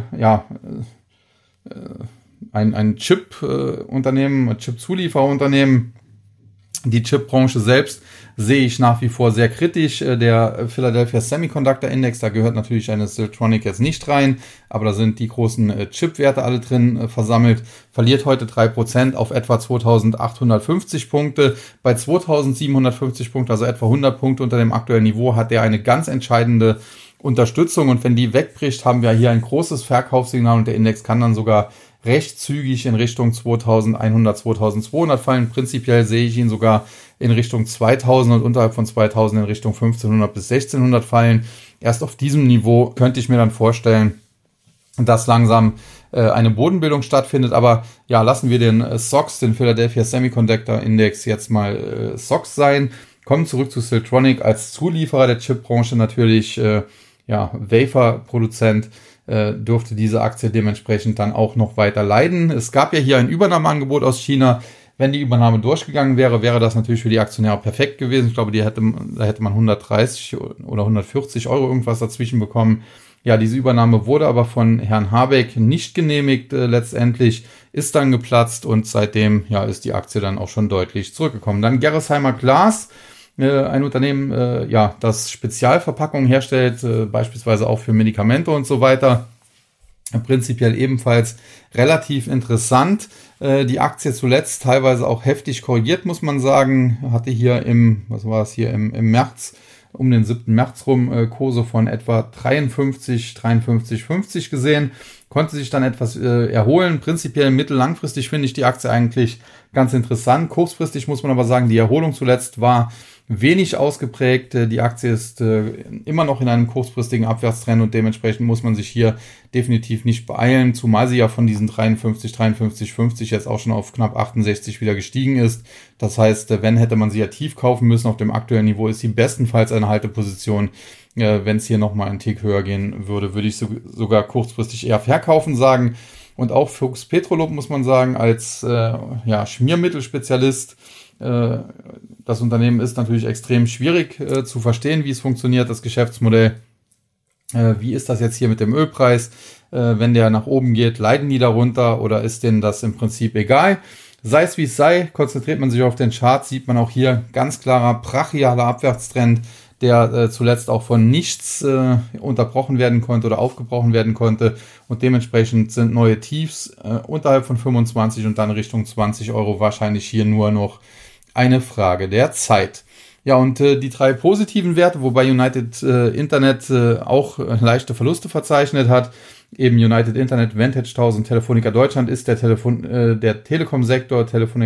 ein Chip-Unternehmen, Chip-Zulieferunternehmen. Die Chip-Branche selbst sehe ich nach wie vor sehr kritisch. Der Philadelphia Semiconductor Index, da gehört natürlich eine Siltronic jetzt nicht rein, aber da sind die großen Chip-Werte alle drin versammelt. Verliert heute 3% auf etwa 2850 Punkte. Bei 2750 Punkten, also etwa 100 Punkte unter dem aktuellen Niveau, hat der eine ganz entscheidende Unterstützung und wenn die wegbricht, haben wir hier ein großes Verkaufssignal und der Index kann dann sogar recht zügig in Richtung 2100, 2200 fallen. Prinzipiell sehe ich ihn sogar in Richtung 2000 und unterhalb von 2000 in Richtung 1500 bis 1600 fallen. Erst auf diesem Niveau könnte ich mir dann vorstellen, dass langsam eine Bodenbildung stattfindet. Aber ja, lassen wir den SOX, den Philadelphia Semiconductor Index, jetzt mal SOX sein. Kommen zurück zu Siltronic als Zulieferer der Chipbranche natürlich, Wafer-Produzent, dürfte diese Aktie dementsprechend dann auch noch weiter leiden. Es gab ja hier ein Übernahmeangebot aus China. Wenn die Übernahme durchgegangen wäre, wäre das natürlich für die Aktionäre perfekt gewesen. Ich glaube, da hätte man 130 oder 140 Euro irgendwas dazwischen bekommen. Ja, diese Übernahme wurde aber von Herrn Habeck nicht genehmigt. Letztendlich ist dann geplatzt und seitdem ist die Aktie dann auch schon deutlich zurückgekommen. Dann Gerresheimer Glas. Ein Unternehmen, das Spezialverpackungen herstellt, beispielsweise auch für Medikamente und so weiter. Prinzipiell ebenfalls relativ interessant. Die Aktie zuletzt teilweise auch heftig korrigiert, muss man sagen. Hatte hier im März, um den 7. März rum, Kurse von etwa 53,50 gesehen. Konnte sich dann etwas erholen. Prinzipiell mittellangfristig finde ich die Aktie eigentlich ganz interessant. Kurzfristig muss man aber sagen, die Erholung zuletzt war wenig ausgeprägt. Die Aktie ist immer noch in einem kurzfristigen Abwärtstrend und dementsprechend muss man sich hier definitiv nicht beeilen, zumal sie ja von diesen 53,50 jetzt auch schon auf knapp 68 wieder gestiegen ist. Das heißt, wenn hätte man sie ja tief kaufen müssen, auf dem aktuellen Niveau ist sie bestenfalls eine Halteposition. Wenn es hier nochmal einen Tick höher gehen würde, würde ich sogar kurzfristig eher verkaufen sagen. Und auch Fuchs Petrolub muss man sagen, als Schmiermittelspezialist. Das Unternehmen ist natürlich extrem schwierig zu verstehen, wie es funktioniert, das Geschäftsmodell. Wie ist das jetzt hier mit dem Ölpreis? Wenn der nach oben geht, leiden die darunter oder ist denen das im Prinzip egal? Sei es wie es sei, konzentriert man sich auf den Chart, sieht man auch hier ganz klarer brachialer Abwärtstrend. der zuletzt auch von nichts unterbrochen werden konnte oder aufgebrochen werden konnte. Und dementsprechend sind neue Tiefs unterhalb von 25 und dann Richtung 20 Euro wahrscheinlich hier nur noch eine Frage der Zeit. Ja, und die 3 positiven Werte, wobei United Internet auch leichte Verluste verzeichnet hat. Eben United Internet, Vantage 1000, Telefonica Deutschland ist der Telekom-Sektor,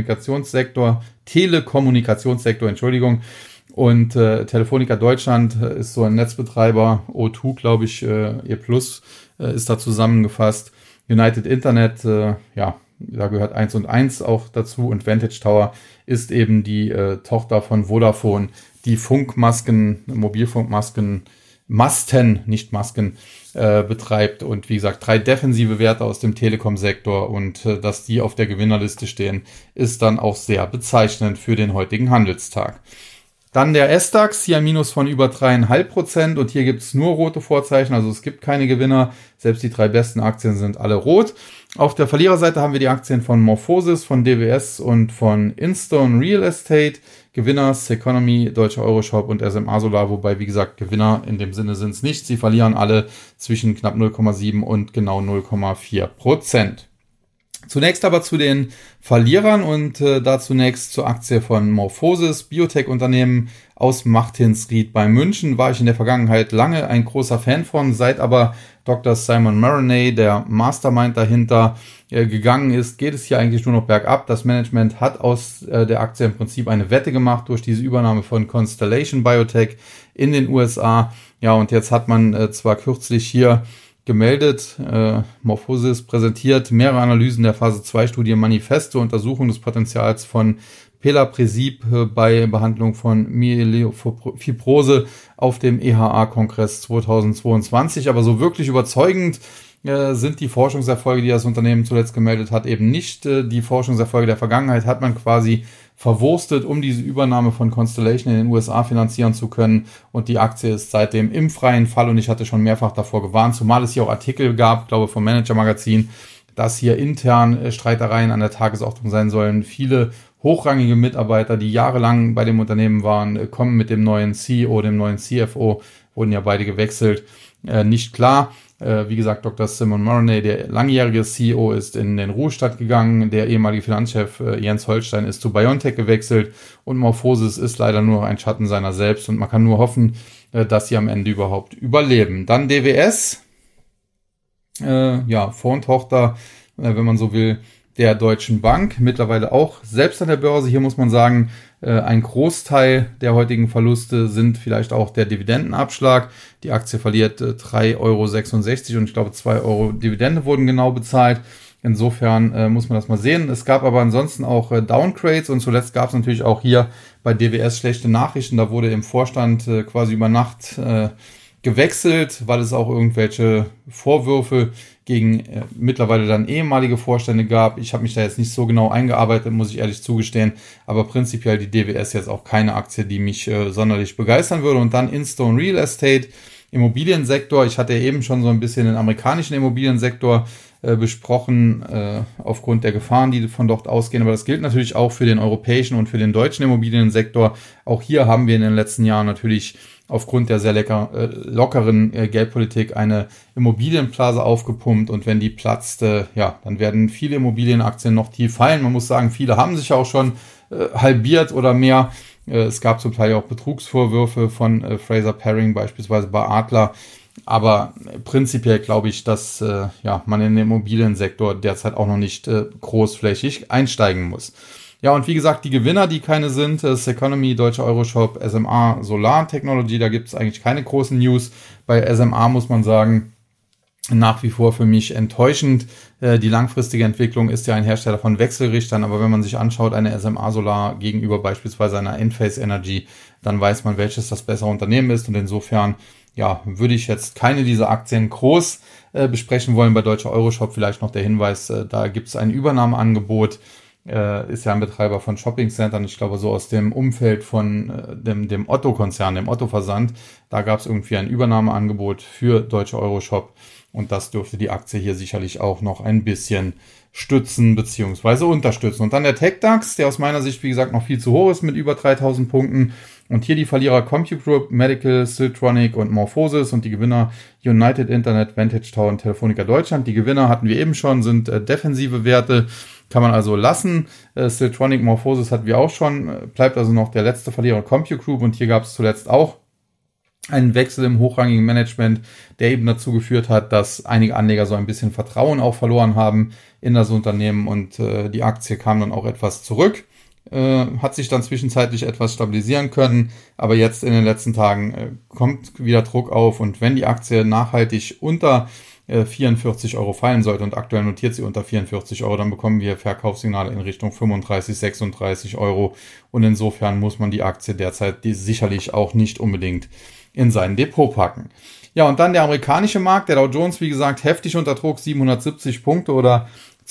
Telekommunikationssektor, Entschuldigung. Und Telefonica Deutschland ist so ein Netzbetreiber, O2, glaube ich, ihr Plus ist da zusammengefasst. United Internet, ja, da gehört 1 und 1 auch dazu und Vantage Tower ist eben die Tochter von Vodafone, die Funkmasken, Mobilfunkmasken, Masten, nicht Masken, betreibt. Und wie gesagt, 3 defensive Werte aus dem Telekom-Sektor und dass die auf der Gewinnerliste stehen, ist dann auch sehr bezeichnend für den heutigen Handelstag. Dann der SDAX, hier ein Minus von über 3,5% und hier gibt es nur rote Vorzeichen, also es gibt keine Gewinner, selbst die 3 besten Aktien sind alle rot. Auf der Verliererseite haben wir die Aktien von Morphosis, von DWS und von Instone Real Estate. Gewinner Seconomy, Deutsche Euroshop und SMA Solar, wobei wie gesagt Gewinner in dem Sinne sind es nicht. Sie verlieren alle zwischen knapp 0,7 und genau 0,4%. Zunächst aber zu den Verlierern und da zunächst zur Aktie von Morphosis, Biotech-Unternehmen aus Martinsried bei München. War ich in der Vergangenheit lange ein großer Fan von, seit aber Dr. Simon Maroney, der Mastermind dahinter, gegangen ist, geht es hier eigentlich nur noch bergab. Das Management hat aus der Aktie im Prinzip eine Wette gemacht durch diese Übernahme von Constellation Biotech in den USA. Ja, und jetzt hat man zwar kürzlich hier gemeldet, Morphosis präsentiert mehrere Analysen der Phase-2-Studie Manifest zur Untersuchung des Potenzials von Pelabresib bei Behandlung von Myelofibrosi auf dem EHA-Kongress 2022. Aber so wirklich überzeugend sind die Forschungserfolge, die das Unternehmen zuletzt gemeldet hat, eben nicht. Die Forschungserfolge der Vergangenheit hat man quasi verwurstet, um diese Übernahme von Constellation in den USA finanzieren zu können. Und die Aktie ist seitdem im freien Fall und ich hatte schon mehrfach davor gewarnt, zumal es hier auch Artikel gab, glaube vom Manager-Magazin, dass hier intern Streitereien an der Tagesordnung sein sollen. Viele hochrangige Mitarbeiter, die jahrelang bei dem Unternehmen waren, kommen mit dem neuen CEO, dem neuen CFO, wurden ja beide gewechselt, nicht klar. Wie gesagt, Dr. Simon Maroney, der langjährige CEO, ist in den Ruhestand gegangen. Der ehemalige Finanzchef Jens Holstein ist zu BioNTech gewechselt und Morphosis ist leider nur ein Schatten seiner selbst und man kann nur hoffen, dass sie am Ende überhaupt überleben. Dann DWS, Vor- und Tochter, wenn man so will, der Deutschen Bank, mittlerweile auch selbst an der Börse. Hier muss man sagen, ein Großteil der heutigen Verluste sind vielleicht auch der Dividendenabschlag. Die Aktie verliert 3,66 Euro und ich glaube 2 Euro Dividende wurden genau bezahlt. Insofern muss man das mal sehen. Es gab aber ansonsten auch Downgrades und zuletzt gab es natürlich auch hier bei DWS schlechte Nachrichten. Da wurde im Vorstand quasi über Nacht gewechselt, weil es auch irgendwelche Vorwürfe gegen mittlerweile dann ehemalige Vorstände gab. Ich habe mich da jetzt nicht so genau eingearbeitet, muss ich ehrlich zugestehen, aber prinzipiell die DWS jetzt auch keine Aktie, die mich sonderlich begeistern würde. Und dann Instone Real Estate, Immobiliensektor. Ich hatte eben schon so ein bisschen den amerikanischen Immobiliensektor besprochen, aufgrund der Gefahren, die von dort ausgehen. Aber das gilt natürlich auch für den europäischen und für den deutschen Immobiliensektor. Auch hier haben wir in den letzten Jahren natürlich aufgrund der sehr lockeren Geldpolitik eine Immobilienblase aufgepumpt. Und wenn die platzt, dann werden viele Immobilienaktien noch tief fallen. Man muss sagen, viele haben sich auch schon halbiert oder mehr. Es gab zum Teil auch Betrugsvorwürfe von Fraser Paring, beispielsweise bei Adler. Aber prinzipiell glaube ich, dass man in den Immobiliensektor derzeit auch noch nicht großflächig einsteigen muss. Ja, und wie gesagt, die Gewinner, die keine sind, Seconomy, Deutsche Euroshop, SMA Solar Technology, da gibt es eigentlich keine großen News. Bei SMA muss man sagen, nach wie vor für mich enttäuschend. Die langfristige Entwicklung ist ja ein Hersteller von Wechselrichtern, aber wenn man sich anschaut, eine SMA Solar gegenüber beispielsweise einer Enphase Energy, dann weiß man, welches das bessere Unternehmen ist und insofern würde ich jetzt keine dieser Aktien groß besprechen wollen. Bei Deutsche Euroshop vielleicht noch der Hinweis, da gibt es ein Übernahmeangebot, ist ja ein Betreiber von Shoppingcentern, ich glaube so aus dem Umfeld von dem Otto-Konzern, dem Otto-Versand. Da gab es irgendwie ein Übernahmeangebot für Deutsche Euroshop und das dürfte die Aktie hier sicherlich auch noch ein bisschen stützen bzw. unterstützen. Und dann der TechDAX, der aus meiner Sicht, wie gesagt, noch viel zu hoch ist mit über 3000 Punkten. Und hier die Verlierer Compute Group, Medical, Siltronic und MorphoSys und die Gewinner United Internet, Vantage Tower und Telefonica Deutschland. Die Gewinner hatten wir eben schon, sind defensive Werte, kann man also lassen. Siltronic, MorphoSys hatten wir auch schon, bleibt also noch der letzte Verlierer Compute Group und hier gab es zuletzt auch einen Wechsel im hochrangigen Management, der eben dazu geführt hat, dass einige Anleger so ein bisschen Vertrauen auch verloren haben in das Unternehmen und die Aktie kam dann auch etwas zurück, hat sich dann zwischenzeitlich etwas stabilisieren können, aber jetzt in den letzten Tagen kommt wieder Druck auf und wenn die Aktie nachhaltig unter 44 Euro fallen sollte und aktuell notiert sie unter 44 Euro, dann bekommen wir Verkaufssignale in Richtung 35, 36 Euro und insofern muss man die Aktie derzeit sicherlich auch nicht unbedingt in sein Depot packen. Ja, und dann der amerikanische Markt, der Dow Jones, wie gesagt, heftig unter Druck, 770 Punkte oder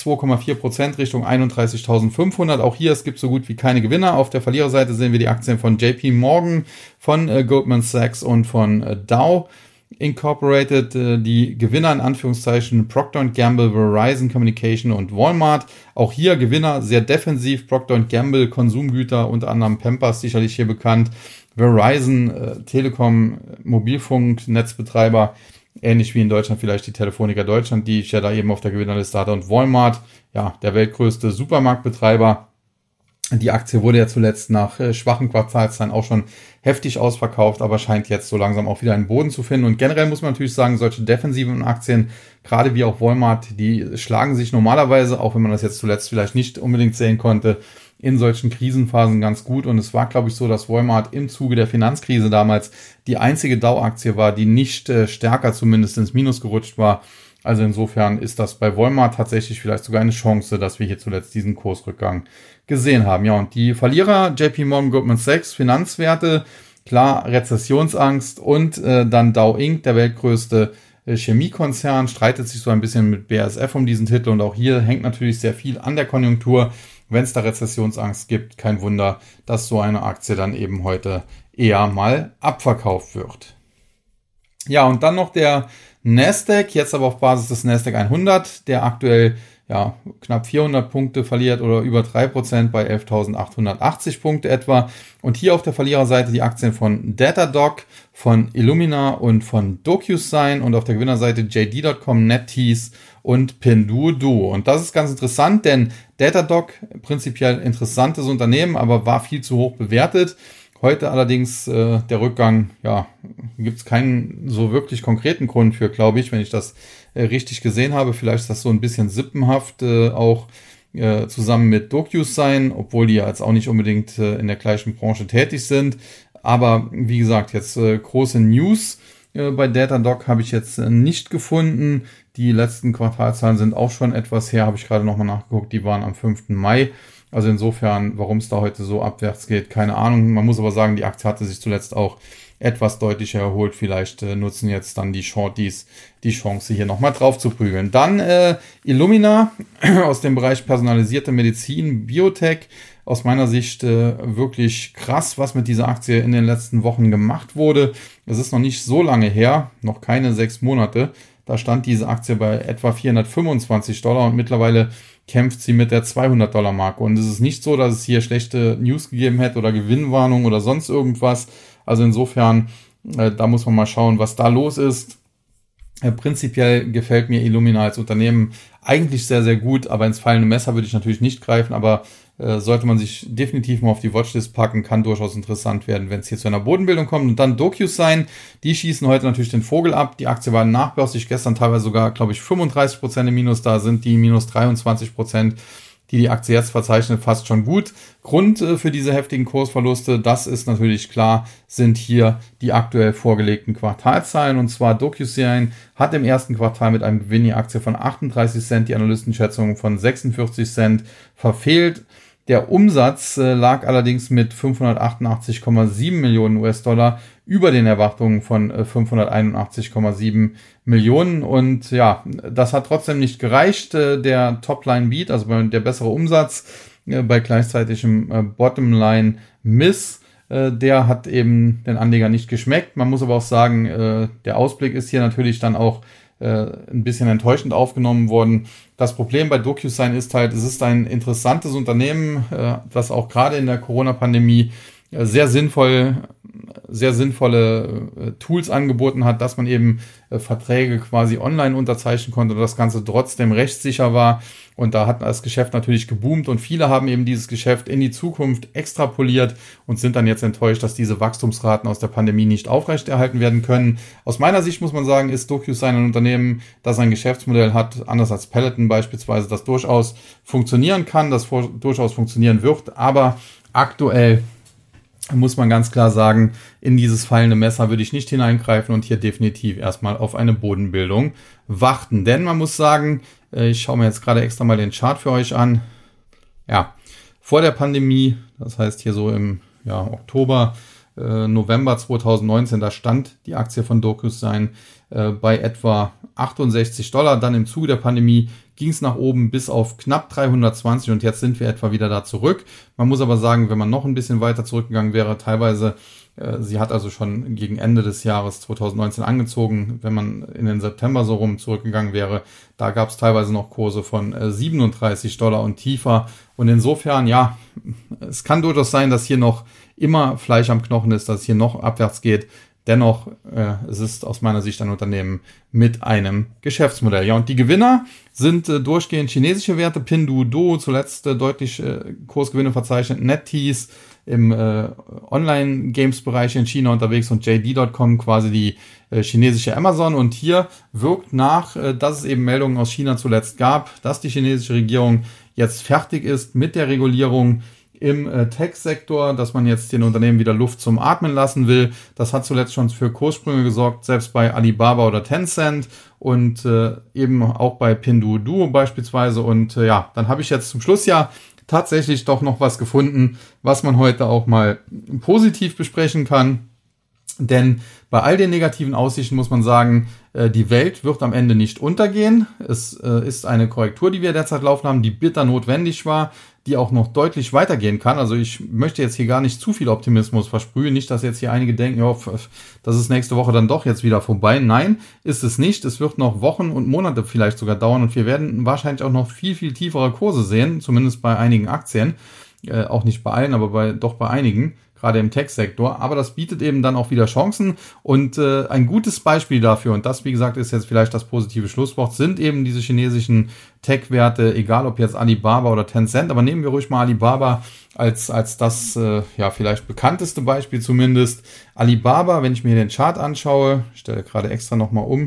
2,4% Richtung 31.500. Auch hier, es gibt so gut wie keine Gewinner. Auf der Verliererseite sehen wir die Aktien von JP Morgan, von Goldman Sachs und von Dow Incorporated. Die Gewinner in Anführungszeichen Procter & Gamble, Verizon Communication und Walmart. Auch hier Gewinner sehr defensiv. Procter & Gamble, Konsumgüter, unter anderem Pampers sicherlich hier bekannt. Verizon, Telekom, Mobilfunk, Netzbetreiber, ähnlich wie in Deutschland vielleicht die Telefonica Deutschland, die ich ja da eben auf der Gewinnerliste hatte. Und Walmart, ja, der weltgrößte Supermarktbetreiber. Die Aktie wurde ja zuletzt nach schwachen Quartalszahlen auch schon heftig ausverkauft, aber scheint jetzt so langsam auch wieder einen Boden zu finden. Und generell muss man natürlich sagen, solche defensiven Aktien, gerade wie auch Walmart, die schlagen sich normalerweise, auch wenn man das jetzt zuletzt vielleicht nicht unbedingt sehen konnte, in solchen Krisenphasen ganz gut. Und es war, glaube ich, so, dass Walmart im Zuge der Finanzkrise damals die einzige Dow-Aktie war, die nicht stärker zumindest ins Minus gerutscht war. Also insofern ist das bei Walmart tatsächlich vielleicht sogar eine Chance, dass wir hier zuletzt diesen Kursrückgang gesehen haben. Ja, und die Verlierer, JP Morgan, Goldman Sachs, Finanzwerte, klar, Rezessionsangst und dann Dow Inc., der weltgrößte Chemiekonzern, streitet sich so ein bisschen mit BASF um diesen Titel und auch hier hängt natürlich sehr viel an der Konjunktur. Wenn es da Rezessionsangst gibt, kein Wunder, dass so eine Aktie dann eben heute eher mal abverkauft wird. Ja, und dann noch der Nasdaq, jetzt aber auf Basis des Nasdaq 100, der aktuell ja knapp 400 Punkte verliert oder über 3% bei 11.880 Punkte etwa. Und hier auf der Verliererseite die Aktien von Datadog, von Illumina und von DocuSign und auf der Gewinnerseite JD.com, NetEase und Pinduoduo. Und das ist ganz interessant, denn Datadog, prinzipiell interessantes Unternehmen, aber war viel zu hoch bewertet. Heute allerdings der Rückgang, ja, gibt es keinen so wirklich konkreten Grund für, glaube ich, wenn ich das richtig gesehen habe. Vielleicht ist das so ein bisschen sippenhaft, auch zusammen mit DocuSign, obwohl die ja jetzt auch nicht unbedingt in der gleichen Branche tätig sind. Aber wie gesagt, jetzt große News bei Datadog habe ich jetzt nicht gefunden. Die letzten Quartalzahlen sind auch schon etwas her, habe ich gerade nochmal nachgeguckt, die waren am 5. Mai. Also insofern, warum es da heute so abwärts geht, keine Ahnung. Man muss aber sagen, die Aktie hatte sich zuletzt auch etwas deutlicher erholt. Vielleicht nutzen jetzt dann die Shorties die Chance, hier nochmal drauf zu prügeln. Dann Illumina aus dem Bereich personalisierte Medizin, Biotech. Aus meiner Sicht wirklich krass, was mit dieser Aktie in den letzten Wochen gemacht wurde. Es ist noch nicht so lange her, noch keine 6 Monate. Da stand diese Aktie bei etwa $425 und mittlerweile kämpft sie mit der $200-Marke. Und es ist nicht so, dass es hier schlechte News gegeben hätte oder Gewinnwarnung oder sonst irgendwas. Also insofern, da muss man mal schauen, was da los ist. Prinzipiell gefällt mir Illumina als Unternehmen eigentlich sehr, sehr gut, aber ins fallende Messer würde ich natürlich nicht greifen, aber sollte man sich definitiv mal auf die Watchlist packen, kann durchaus interessant werden, wenn es hier zu einer Bodenbildung kommt. Und dann DocuSign, die schießen heute natürlich den Vogel ab. Die Aktie war nachbörslich gestern teilweise sogar, glaube ich, 35% im Minus. Da sind die minus 23%, die Aktie jetzt verzeichnet, fast schon gut. Grund für diese heftigen Kursverluste, das ist natürlich klar, sind hier die aktuell vorgelegten Quartalzahlen. Und zwar DocuSign hat im ersten Quartal mit einem Gewinn die Aktie von 38 Cent, die Analystenschätzung von 46 Cent verfehlt. Der Umsatz lag allerdings mit 588,7 Millionen US-Dollar über den Erwartungen von 581,7 Millionen. Und ja, das hat trotzdem nicht gereicht. Der Topline-Beat, also der bessere Umsatz bei gleichzeitigem Bottomline-Miss, der hat eben den Anlegern nicht geschmeckt. Man muss aber auch sagen, der Ausblick ist hier natürlich dann auch ein bisschen enttäuschend aufgenommen worden. Das Problem bei DocuSign ist halt, es ist ein interessantes Unternehmen, das auch gerade in der Corona-Pandemie sehr sinnvolle Tools angeboten hat, dass man eben Verträge quasi online unterzeichnen konnte und das Ganze trotzdem rechtssicher war. Und da hat das Geschäft natürlich geboomt und viele haben eben dieses Geschäft in die Zukunft extrapoliert und sind dann jetzt enttäuscht, dass diese Wachstumsraten aus der Pandemie nicht aufrechterhalten werden können. Aus meiner Sicht muss man sagen, ist DocuSign ein Unternehmen, das ein Geschäftsmodell hat, anders als Peloton beispielsweise, das durchaus funktionieren kann, das durchaus funktionieren wird, aber aktuell muss man ganz klar sagen, in dieses fallende Messer würde ich nicht hineingreifen und hier definitiv erstmal auf eine Bodenbildung warten. Denn man muss sagen, ich schaue mir jetzt gerade extra mal den Chart für euch an. Ja, vor der Pandemie, das heißt hier so im Oktober, November 2019, da stand die Aktie von DocuSign bei etwa $68. Dann im Zuge der Pandemie ging es nach oben bis auf knapp 320 und jetzt sind wir etwa wieder da zurück. Man muss aber sagen, wenn man noch ein bisschen weiter zurückgegangen wäre, teilweise, sie hat also schon gegen Ende des Jahres 2019 angezogen, wenn man in den September so rum zurückgegangen wäre, da gab es teilweise noch Kurse von $37 und tiefer. Und insofern, ja, es kann durchaus sein, dass hier noch immer Fleisch am Knochen ist, dass es hier noch abwärts geht. Dennoch, es ist aus meiner Sicht ein Unternehmen mit einem Geschäftsmodell. Ja, und die Gewinner sind durchgehend chinesische Werte. Pinduoduo zuletzt deutlich Kursgewinne verzeichnet. NetEase im Online-Games-Bereich in China unterwegs und JD.com quasi die chinesische Amazon. Und hier wirkt nach, dass es eben Meldungen aus China zuletzt gab, dass die chinesische Regierung jetzt fertig ist mit der Regulierung im Tech-Sektor, dass man jetzt den Unternehmen wieder Luft zum Atmen lassen will. Das hat zuletzt schon für Kurssprünge gesorgt, selbst bei Alibaba oder Tencent und eben auch bei Pinduoduo beispielsweise. Und dann habe ich jetzt zum Schluss ja tatsächlich doch noch was gefunden, was man heute auch mal positiv besprechen kann. Denn bei all den negativen Aussichten muss man sagen, die Welt wird am Ende nicht untergehen. Es ist eine Korrektur, die wir derzeit laufen haben, die bitter notwendig war, die auch noch deutlich weitergehen kann. Also ich möchte jetzt hier gar nicht zu viel Optimismus versprühen. Nicht, dass jetzt hier einige denken, ja, das ist nächste Woche dann doch jetzt wieder vorbei. Nein, ist es nicht. Es wird noch Wochen und Monate vielleicht sogar dauern und wir werden wahrscheinlich auch noch viel, viel tiefere Kurse sehen, zumindest bei einigen Aktien. Auch nicht bei allen, aber doch bei einigen, gerade im Tech-Sektor. Aber das bietet eben dann auch wieder Chancen und ein gutes Beispiel dafür, und das, wie gesagt, ist jetzt vielleicht das positive Schlusswort, sind eben diese chinesischen Tech-Werte, egal ob jetzt Alibaba oder Tencent, aber nehmen wir ruhig mal Alibaba als das vielleicht bekannteste Beispiel zumindest. Alibaba, wenn ich mir den Chart anschaue, ich stelle gerade extra nochmal um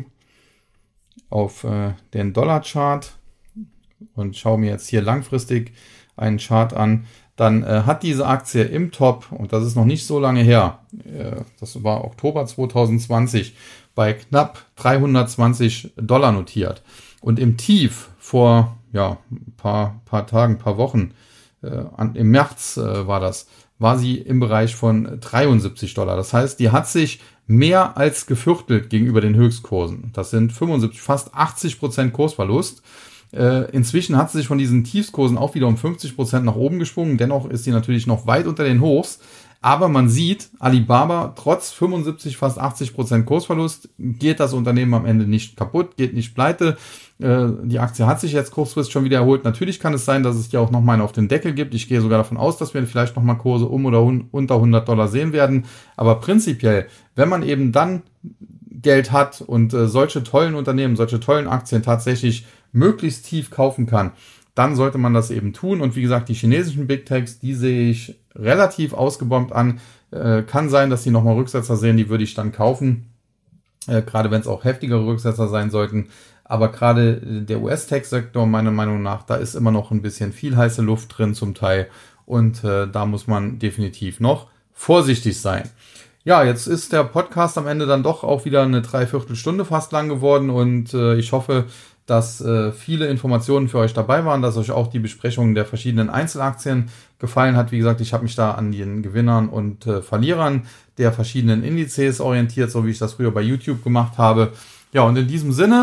auf den Dollar-Chart und schaue mir jetzt hier langfristig einen Chart an, dann hat diese Aktie im Top, und das ist noch nicht so lange her, das war Oktober 2020, bei knapp $320 notiert. Und im Tief vor ein paar Tagen, paar Wochen, im März war sie im Bereich von $73. Das heißt, die hat sich mehr als geviertelt gegenüber den Höchstkursen. Das sind 75, fast 80% Kursverlust. Inzwischen hat sie sich von diesen Tiefskursen auch wieder um 50% nach oben geschwungen. Dennoch ist sie natürlich noch weit unter den Hochs. Aber man sieht, Alibaba, trotz 75, fast 80% Kursverlust, geht das Unternehmen am Ende nicht kaputt, geht nicht pleite. Die Aktie hat sich jetzt kurzfristig schon wieder erholt. Natürlich kann es sein, dass es hier auch nochmal einen auf den Deckel gibt. Ich gehe sogar davon aus, dass wir vielleicht nochmal Kurse um oder unter $100 sehen werden. Aber prinzipiell, wenn man eben dann Geld hat und solche tollen Unternehmen, solche tollen Aktien tatsächlich möglichst tief kaufen kann, dann sollte man das eben tun. Und wie gesagt, die chinesischen Big Techs, die sehe ich relativ ausgebombt an. Kann sein, dass die nochmal Rücksetzer sehen, die würde ich dann kaufen. Gerade wenn es auch heftigere Rücksetzer sein sollten. Aber gerade der US-Tech-Sektor, meiner Meinung nach, da ist immer noch ein bisschen viel heiße Luft drin zum Teil. Und da muss man definitiv noch vorsichtig sein. Ja, jetzt ist der Podcast am Ende dann doch auch wieder eine Dreiviertelstunde fast lang geworden. Und ich hoffe, dass viele Informationen für euch dabei waren, dass euch auch die Besprechung der verschiedenen Einzelaktien gefallen hat. Wie gesagt, ich habe mich da an den Gewinnern und Verlierern der verschiedenen Indizes orientiert, so wie ich das früher bei YouTube gemacht habe. Ja, und in diesem Sinne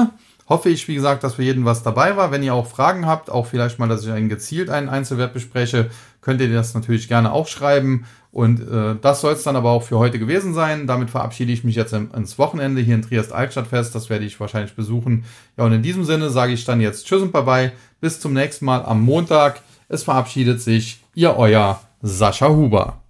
hoffe ich, wie gesagt, dass für jeden was dabei war. Wenn ihr auch Fragen habt, auch vielleicht mal, dass ich gezielt einen Einzelwert bespreche, könnt ihr das natürlich gerne auch schreiben. Und das soll es dann aber auch für heute gewesen sein. Damit verabschiede ich mich jetzt ins Wochenende hier in Triest-Altstadtfest. Das werde ich wahrscheinlich besuchen. Ja, und in diesem Sinne sage ich dann jetzt Tschüss und Bye-bye. Bis zum nächsten Mal am Montag. Es verabschiedet sich Ihr euer Sascha Huber.